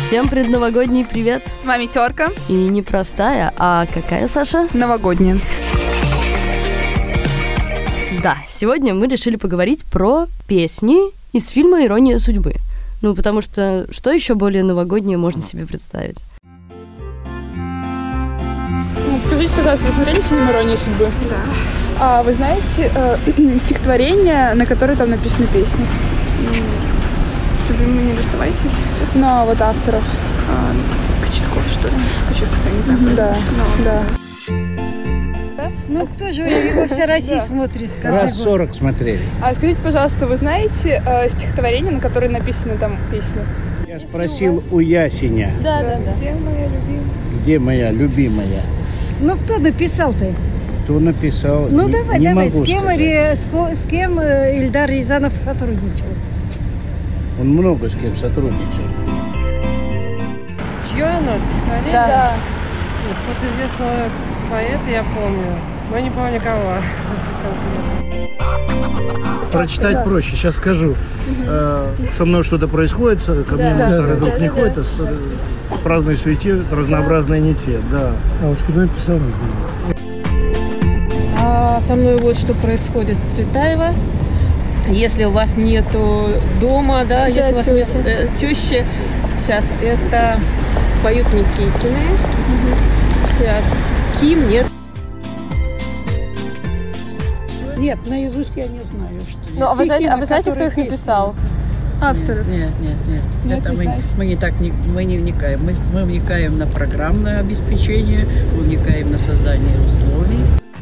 Всем предновогодний привет! С вами Терка. И не простая, а какая, Саша? Новогодняя. Да, сегодня мы решили поговорить про песни из фильма «Ирония судьбы». Ну, потому что еще более новогоднее можно себе представить? Скажите, пожалуйста, вы смотрели фильм «Ирония судьбы»? Да. А вы знаете стихотворение, на которое там написаны песни? С любимыми не расставайтесь. Ну, вот авторов. Кочетков, что ли? Кочетков, я не знаю. Да. Ну кто же его вся Россия смотрит? Раз 40 смотрели. А скажите, пожалуйста, вы знаете стихотворение, на которое написаны там песни? Я спросил у Ясеня. Да. Где моя любимая? Где моя любимая? Ну кто написал-то? Кто написал? Ну не давай, могу с кем Эльдар Рязанов сотрудничал? Он много с кем сотрудничал. Чье оно стихотворение? Да. Вот известного поэта я помню, но не помню кого. Прочитать проще, сейчас скажу. Со мной что-то происходит, ко мне мой старый друг не ходит, праздной суете, разнообразные не те, да. А вот кто написал, не знаю. А со мной вот что происходит. Цветаева. Если у вас нету дома, да, если у вас нет тещи, сейчас это поют Никитины. Сейчас Ким, нет. Нет, наизусть я не знаю, что. Ну, а вы знаете, кто их написал? Авторов. Нет. Это мы не вникаем. Мы вникаем на программное обеспечение, мы вникаем на создание условий.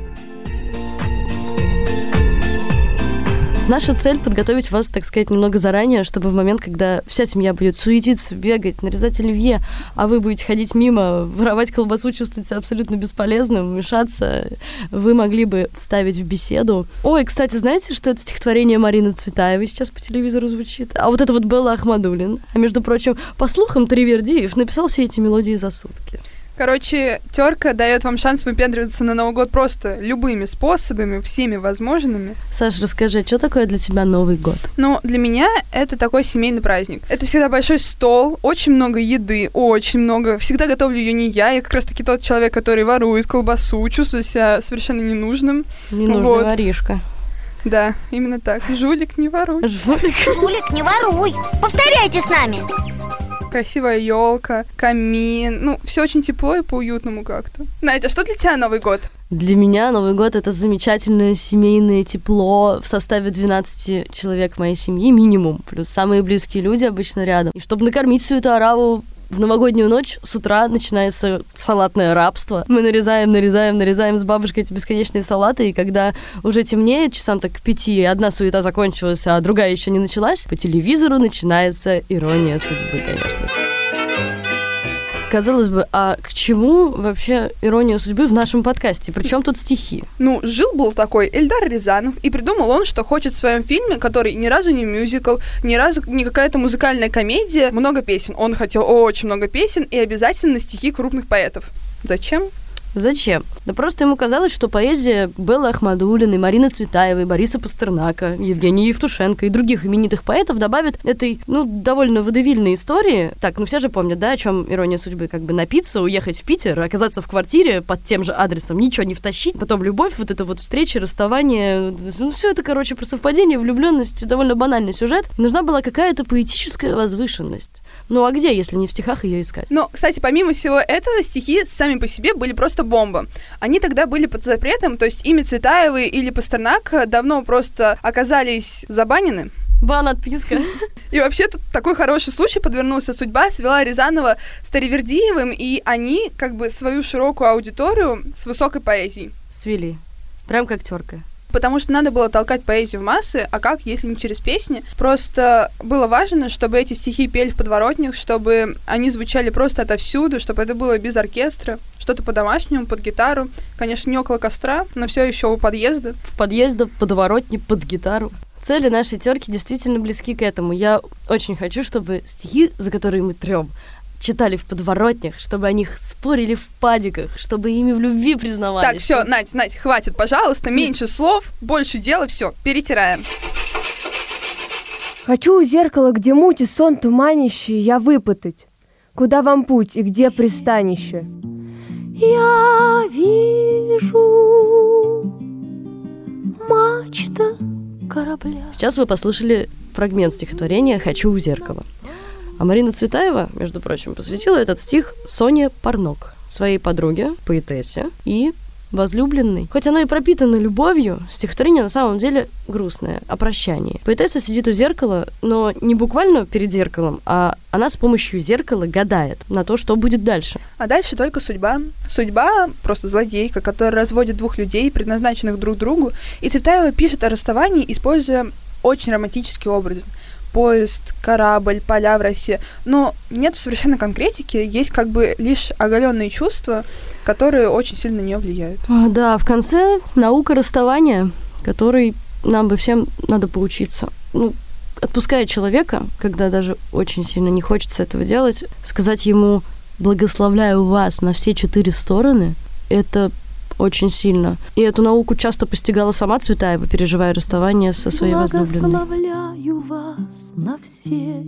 Наша цель — подготовить вас, так сказать, немного заранее, чтобы в момент, когда вся семья будет суетиться, бегать, нарезать оливье, а вы будете ходить мимо, воровать колбасу, чувствовать себя абсолютно бесполезным, мешаться, вы могли бы вставить в беседу. Ой, кстати, знаете, что это стихотворение Марины Цветаевой сейчас по телевизору звучит? А вот это вот Белла Ахмадуллин. А между прочим, по слухам, Тривердиев написал все эти мелодии за сутки. Короче, Терка дает вам шанс выпендриваться на Новый год просто любыми способами, всеми возможными. Саш, расскажи, что такое для тебя Новый год? Ну, для меня это такой семейный праздник. Это всегда большой стол, очень много еды, очень много. Всегда готовлю ее не я. Я как раз-таки тот человек, который ворует колбасу, чувствую себя совершенно ненужным. Ненужный воришка. Да, именно так. Жулик, не воруй. Жулик, не воруй. Повторяйте с нами. Красивая елка, камин. Ну, все очень тепло и по-уютному как-то. Надя, а что для тебя Новый год? Для меня Новый год — это замечательное семейное тепло в составе 12 человек моей семьи минимум, плюс самые близкие люди обычно рядом. И чтобы накормить всю эту ораву, в новогоднюю ночь с утра начинается салатное рабство. Мы нарезаем с бабушкой эти бесконечные салаты, и когда уже темнеет, часам так к 5, одна суета закончилась, а другая еще не началась, по телевизору начинается «Ирония судьбы», конечно. Казалось бы, а к чему вообще «Ирония судьбы» в нашем подкасте? Причем тут стихи? Ну, жил-был такой Эльдар Рязанов, и придумал он, что хочет в своем фильме, который ни разу не мюзикл, ни разу не какая-то музыкальная комедия, много песен. Он хотел очень много песен и обязательно стихи крупных поэтов. Зачем? Зачем? Да просто ему казалось, что поэзия Беллы Ахмадуллиной, Марины Цветаевой, Бориса Пастернака, Евгения Евтушенко и других именитых поэтов добавит этой, довольно водевильной истории. Так, все же помнят, да, о чем «Ирония судьбы», как бы напиться, уехать в Питер, оказаться в квартире под тем же адресом, ничего не втащить, потом любовь, вот это вот встречи, расставание, все это, про совпадение, влюбленность, довольно банальный сюжет. Нужна была какая-то поэтическая возвышенность. Ну а где, если не в стихах ее искать? Но, кстати, помимо всего этого, стихи сами по себе были просто бомба. Они тогда были под запретом, то есть имя Цветаевой или Пастернак давно просто оказались забанены. Бан-отписка. И вообще тут такой хороший случай подвернулся. Судьба свела Рязанова с Тривердиевым, и они свою широкую аудиторию с высокой поэзией свели. Прям как Терка. Потому что надо было толкать поэзию в массы, а как, если не через песни? Просто было важно, чтобы эти стихи пели в подворотнях, чтобы они звучали просто отовсюду, чтобы это было без оркестра, что-то по-домашнему, под гитару. Конечно, не около костра, но все еще у подъезда. В подъезде, подворотне, под гитару. Цели нашей Терки действительно близки к этому. Я очень хочу, чтобы стихи, за которые мы трем, читали в подворотнях, чтобы о них спорили в падиках, чтобы ими в любви признавались. Так, все, Надь, хватит, пожалуйста, меньше слов, больше дела, все, перетираем. Хочу у зеркала, где муть и сон туманящие, я выпытать. Куда вам путь и где пристанище? Я вижу мачта корабля. Сейчас вы послушали фрагмент стихотворения «Хочу у зеркала». А Марина Цветаева, между прочим, посвятила этот стих Соне Парнок, своей подруге, поэтессе и возлюбленной. Хоть оно и пропитано любовью, стихотворение на самом деле грустное, о прощании. Поэтесса сидит у зеркала, но не буквально перед зеркалом, а она с помощью зеркала гадает на то, что будет дальше. А дальше только судьба. Судьба — просто злодейка, которая разводит двух людей, предназначенных друг другу, и Цветаева пишет о расставании, используя очень романтический образ. Поезд, корабль, поля в росе. Но нет совершенно конкретики, есть как бы лишь оголенные чувства, которые очень сильно на нее влияют. Да, в конце наука расставания, которой нам бы всем надо поучиться. Отпуская человека, когда даже очень сильно не хочется этого делать, сказать ему «благословляю вас на все 4 стороны» — это очень сильно. И эту науку часто постигала сама Цветаева, переживая расставание со своей возлюбленной. Благословляю вас на все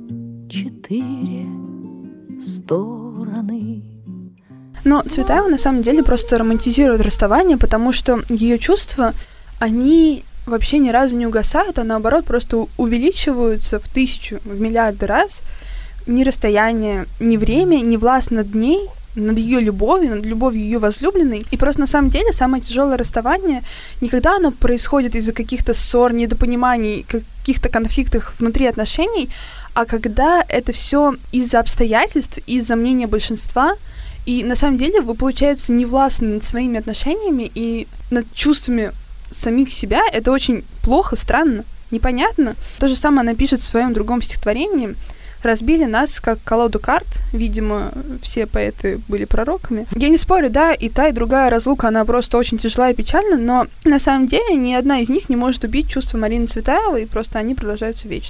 4 стороны. Но Цветаева на самом деле просто романтизирует расставание, потому что ее чувства, они вообще ни разу не угасают, а наоборот просто увеличиваются в 1000, в миллиарды раз. Ни расстояние, ни время не властно над ней, над ее любовью, над любовью ее возлюбленной. И просто на самом деле самое тяжелое расставание никогда оно происходит из-за каких-то ссор, недопониманий, каких-то конфликтов внутри отношений, а когда это все из-за обстоятельств, из-за мнения большинства. И на самом деле вы, получается, не властны над своими отношениями и над чувствами самих себя. Это очень плохо, странно, непонятно. То же самое она пишет в своем другом стихотворении. Разбили нас, как колоду карт. Видимо, все поэты были пророками. Я не спорю, да, и та, и другая разлука, она просто очень тяжела и печальна, но на самом деле ни одна из них не может убить чувства Марины Цветаевой, и просто они продолжаются вечно.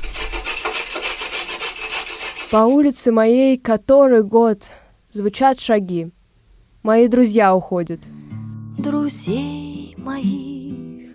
По улице моей который год звучат шаги. Мои друзья уходят. Друзей моих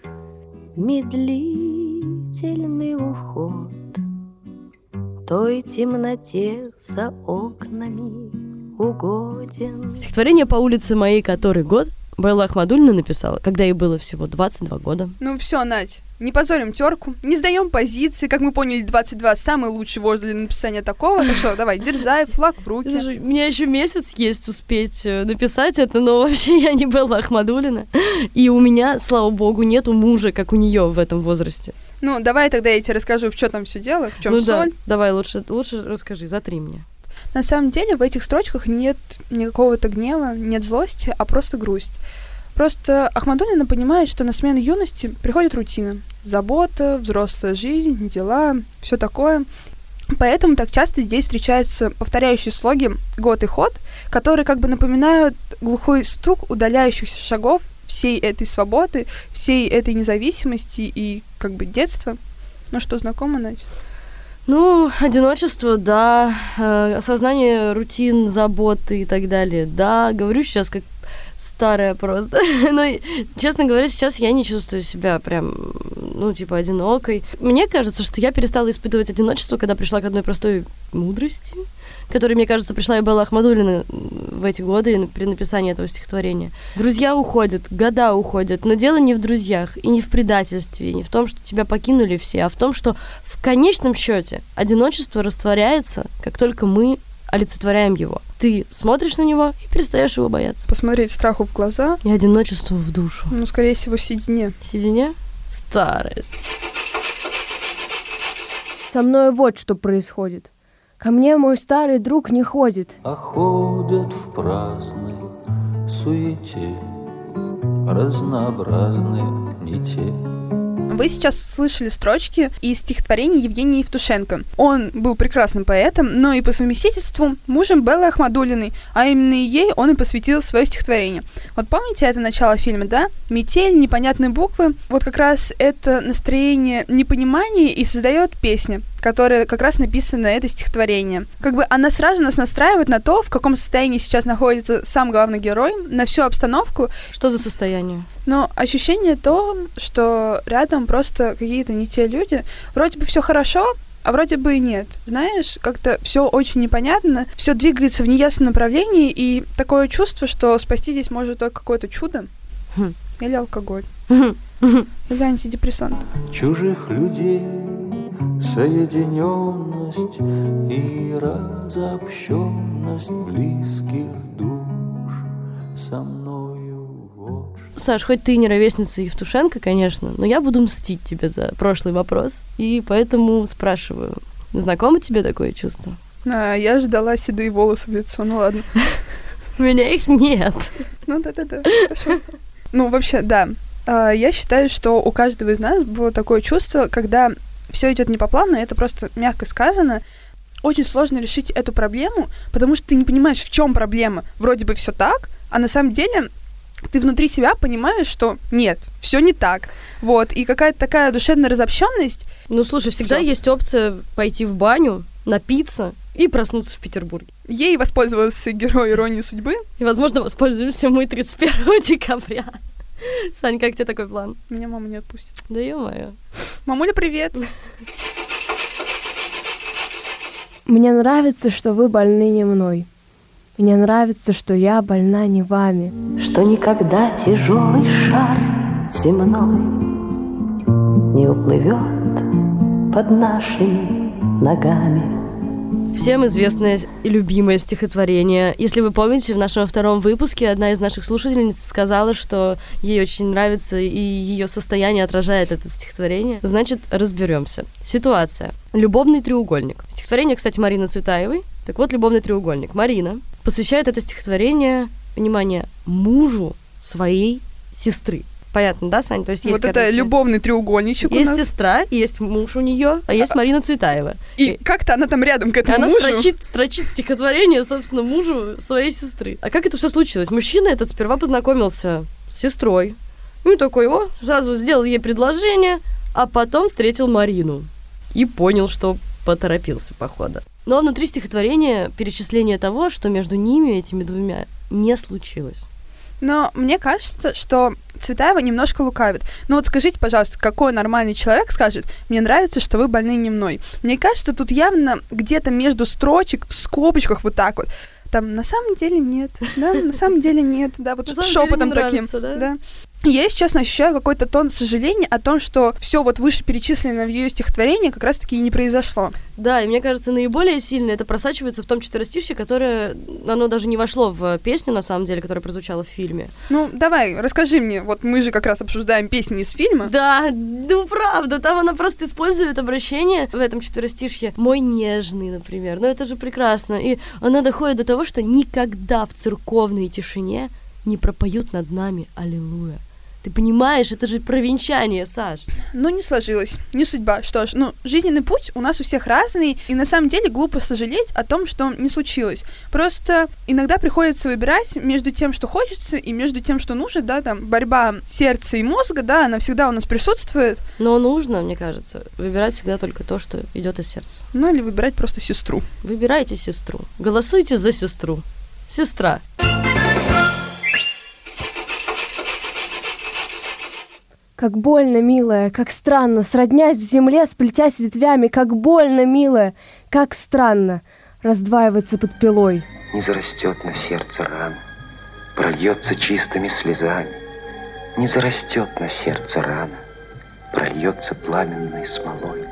медлительный уход той темноте за окнами угоден. Стихотворение «По улице моей который год» Белла Ахмадуллина написала, когда ей было всего 22 года. Ну все, Надь, не позорим терку, не сдаем позиции. Как мы поняли, 22 самый лучший возраст для написания такого. Так что, давай, дерзай, флаг в руки. Слушай, у меня еще месяц есть успеть написать это, но вообще я не Белла Ахмадуллина. И у меня, слава богу, нету мужа, как у нее в этом возрасте. Ну, давай тогда я тебе расскажу, в чем там все дело, в чем соль. Да, давай, лучше расскажи, затри мне. На самом деле в этих строчках нет никакого-то гнева, нет злости, а просто грусть. Просто Ахмадуллина понимает, что на смену юности приходит рутина. Забота, взрослая жизнь, дела, все такое. Поэтому так часто здесь встречаются повторяющие слоги «год» и «ход», которые как бы напоминают глухой стук удаляющихся шагов всей этой свободы, всей этой независимости и как бы детства. Ну что, знакомо, Надь? Ну, одиночество, да, осознание рутин, заботы и так далее, да, говорю сейчас как старая просто, но, честно говоря, сейчас я не чувствую себя прям, одинокой. Мне кажется, что я перестала испытывать одиночество, когда пришла к одной простой мудрости, которой, мне кажется, пришла и Белла Ахмадуллина в эти годы при написании этого стихотворения. Друзья уходят, года уходят, но дело не в друзьях и не в предательстве, и не в том, что тебя покинули все, а в том, что в конечном счете одиночество растворяется, как только мы олицетворяем его. Ты смотришь на него и перестаешь его бояться. Посмотреть страху в глаза. И одиночеству в душу. Ну, скорее всего, в седине. В седине? Старость. Со мной вот что происходит. Ко мне мой старый друг не ходит. А ходят в праздной суете разнообразные не те. Вы сейчас слышали строчки из стихотворений Евгения Евтушенко. Он был прекрасным поэтом, но и по совместительству мужем Беллы Ахмадуллиной, а именно ей он и посвятил свое стихотворение. Вот помните это начало фильма, да? Метель, непонятные буквы. Вот как раз это настроение непонимания и создает песня, которая как раз написана на это стихотворение. Как бы она сразу нас настраивает на то, в каком состоянии сейчас находится сам главный герой, на всю обстановку. Что за состояние? Но ощущение то, что рядом просто какие-то не те люди. Вроде бы все хорошо, а вроде бы и нет. Знаешь, как-то все очень непонятно, все двигается в неясном направлении, и такое чувство, что спасти здесь может только какое-то чудо. Или алкоголь. Или антидепрессант. Чужих людей соединенность и разобщенность близких душ со мною вот. Саш, хоть ты и не ровесница Евтушенко, конечно, но я буду мстить тебе за прошлый вопрос, и поэтому спрашиваю, знакомо тебе такое чувство? Я ждала седые волосы в лицо, ну ладно. У меня их нет. Ну да-да-да, хорошо. Ну, вообще, да. Я считаю, что у каждого из нас было такое чувство, когда все идет не по плану, это просто мягко сказано. Очень сложно решить эту проблему, потому что ты не понимаешь, в чем проблема. Вроде бы все так, а на самом деле ты внутри себя понимаешь, что нет, все не так. Вот, и какая-то такая душевная разобщенность. Ну, слушай, всегда есть опция пойти в баню, напиться и проснуться в Петербурге. Ей воспользовался герой «Иронии судьбы». И, возможно, воспользуемся мы 31 декабря. Сань, как тебе такой план? Меня мама не отпустит. Да ё-моё. Мамуля, привет! Мне нравится, что вы больны не мной. Мне нравится, что я больна не вами. Что никогда тяжелый шар земной не уплывет под нашими ногами. Всем известное и любимое стихотворение. Если вы помните, в нашем втором выпуске одна из наших слушательниц сказала, что ей очень нравится и ее состояние отражает это стихотворение. Значит, разберемся. Ситуация. Любовный треугольник. Стихотворение, кстати, Марины Цветаевой. Так вот, любовный треугольник. Марина посвящает это стихотворение, внимание, мужу своей сестры. Понятно, да, Сань? То есть есть, вот это любовный треугольничек у нас. Есть сестра, есть муж у нее, а есть Марина Цветаева. И как-то она там рядом к этому она мужу. Она строчит стихотворение, собственно, мужу своей сестры. А как это все случилось? Мужчина этот сперва познакомился с сестрой. Ну, такой, сразу сделал ей предложение, а потом встретил Марину. И понял, что поторопился, походу. Но внутри стихотворения перечисление того, что между ними, этими двумя, не случилось. Но мне кажется, что Цветаева немножко лукавит. Ну вот скажите, пожалуйста, какой нормальный человек скажет: «Мне нравится, что вы больны не мной». Мне кажется, тут явно где-то между строчек, в скобочках вот так вот. Там на самом деле нет, да, на самом деле нет, да, вот шепотом таким, да. Я, если честно, ощущаю какой-то тон сожаления о том, что все вот вышеперечисленное в ее стихотворении как раз-таки и не произошло. Да, и мне кажется, наиболее сильно это просачивается в том четверостишье, которое, оно даже не вошло в песню, на самом деле, которая прозвучала в фильме. Ну, давай, расскажи мне, вот мы же как раз обсуждаем песни из фильма. Да, ну правда, там она просто использует обращение в этом четверостишье «мой нежный», например, ну это же прекрасно, и она доходит до того, что никогда в церковной тишине не пропоют над нами «Аллилуйя». Ты понимаешь, это же про венчание, Саш. Ну, не сложилось, не судьба. Что ж, жизненный путь у нас у всех разный, и на самом деле глупо сожалеть о том, что не случилось. Просто иногда приходится выбирать между тем, что хочется, и между тем, что нужно, да, там, борьба сердца и мозга, да, она всегда у нас присутствует. Но нужно, мне кажется, выбирать всегда только то, что идет из сердца. Ну, или выбирать просто сестру. Выбирайте сестру. Голосуйте за сестру. Сестра. Как больно, милая, как странно, сроднясь в земле, сплетясь ветвями, как больно, милая, как странно раздваиваться под пилой. Не зарастет на сердце рана, прольется чистыми слезами. Не зарастет на сердце рана, прольется пламенной смолой.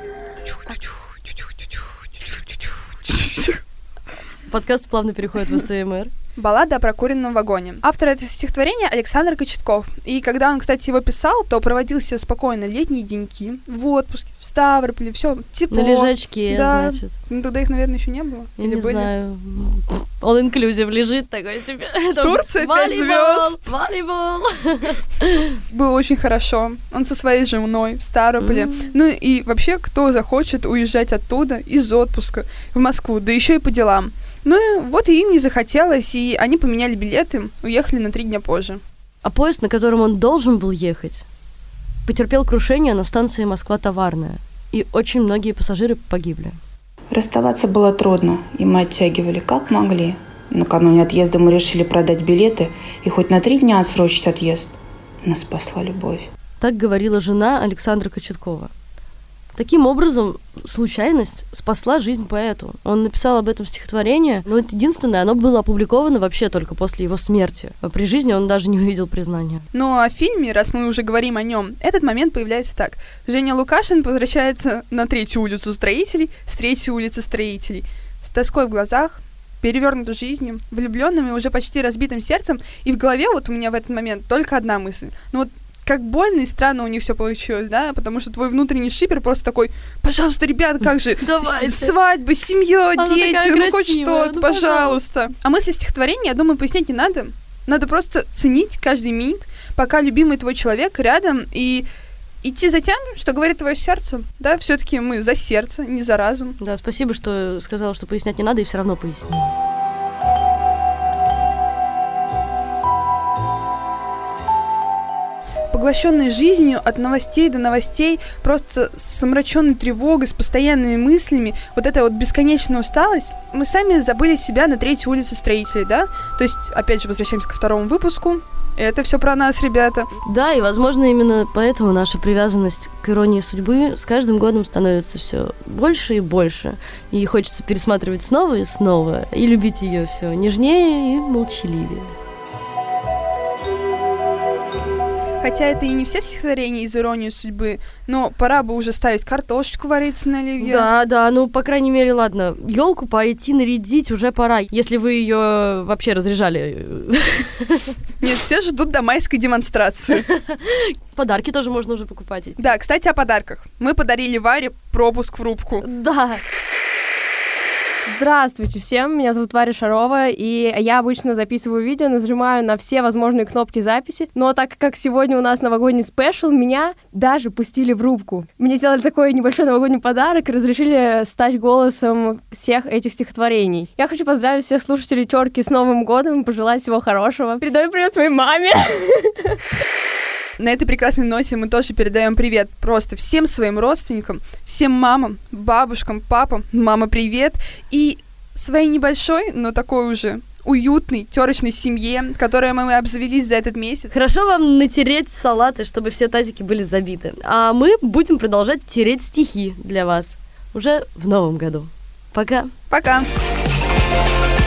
Подкаст плавно переходит в СМР. «Баллада о прокуренном вагоне». Автор этого стихотворения Александр Кочетков. И когда он, кстати, его писал, то проводил себе спокойно летние деньки в отпуске, в Ставрополе, все тепло. На лежачке, да. Значит. Ну, тогда их, наверное, еще не было. Я или не были? знаю. All inclusive лежит такой себе. Турция, 5 звезд. Волейбол. Было очень хорошо. Он со своей женой в Ставрополе. Ну и вообще, кто захочет уезжать оттуда из отпуска в Москву, да еще и по делам. Ну и вот и им не захотелось, и они поменяли билеты, уехали на 3 дня позже. А поезд, на котором он должен был ехать, потерпел крушение на станции Москва-Товарная, и очень многие пассажиры погибли. Расставаться было трудно, и мы оттягивали как могли. Накануне отъезда мы решили продать билеты и хоть на 3 дня отсрочить отъезд. Нас спасла любовь. Так говорила жена Александра Кочеткова. Таким образом, случайность спасла жизнь поэту. Он написал об этом стихотворение, но это единственное, оно было опубликовано вообще только после его смерти. А при жизни он даже не увидел признания. Ну а в фильме, раз мы уже говорим о нем, этот момент появляется так. Женя Лукашин возвращается на 3-ю улицу Строителей с 3-й улицы Строителей. С тоской в глазах, перевернутой жизнью, влюбленным и уже почти разбитым сердцем. И в голове вот у меня в этот момент только одна мысль. Ну вот как больно и странно у них все получилось, да, потому что твой внутренний шипер просто такой: пожалуйста, ребят, как же, свадьба, семья, дети, ну хоть что-то, пожалуйста. А мысли стихотворения, я думаю, пояснять не надо. Надо просто ценить каждый миг, пока любимый твой человек рядом, и идти за тем, что говорит твое сердце. Да, все-таки мы за сердце, не за разум. Да, спасибо, что сказала, что пояснять не надо, и все равно пояснила. Поглощенный жизнью от новостей до новостей, просто с омраченной тревогой, с постоянными мыслями, вот эта вот бесконечная усталость, мы сами забыли себя на 3-й улице Строителей, да? То есть, опять же, возвращаемся ко 2-му выпуску. Это все про нас, ребята. Да, и, возможно, именно поэтому наша привязанность к иронии судьбы с каждым годом становится все больше и больше. И хочется пересматривать снова и снова, и любить ее все нежнее и молчаливее. Хотя это и не все стихотворения из иронии судьбы, но пора бы уже ставить картошечку вариться на оливье. Да, ну, по крайней мере, ладно, елку пойти нарядить уже пора, если вы ее вообще разряжали. Нет, все ждут до майской демонстрации. Подарки тоже можно уже покупать. Да, кстати, о подарках. Мы подарили Варе пропуск в рубку. Да. Здравствуйте всем, меня зовут Варя Шарова, и я обычно записываю видео, нажимаю на все возможные кнопки записи, но так как сегодня у нас новогодний спешл, меня даже пустили в рубку. Мне сделали такой небольшой новогодний подарок и разрешили стать голосом всех этих стихотворений. Я хочу поздравить всех слушателей Терки с Новым годом, пожелать всего хорошего. Передаю привет своей маме. На этой прекрасной ноте мы тоже передаем привет просто всем своим родственникам, всем мамам, бабушкам, папам. Мама, привет! И своей небольшой, но такой уже уютной, терочной семье, которой мы обзавелись за этот месяц. Хорошо вам натереть салаты, чтобы все тазики были забиты. А мы будем продолжать тереть стихи для вас уже в новом году. Пока! Пока!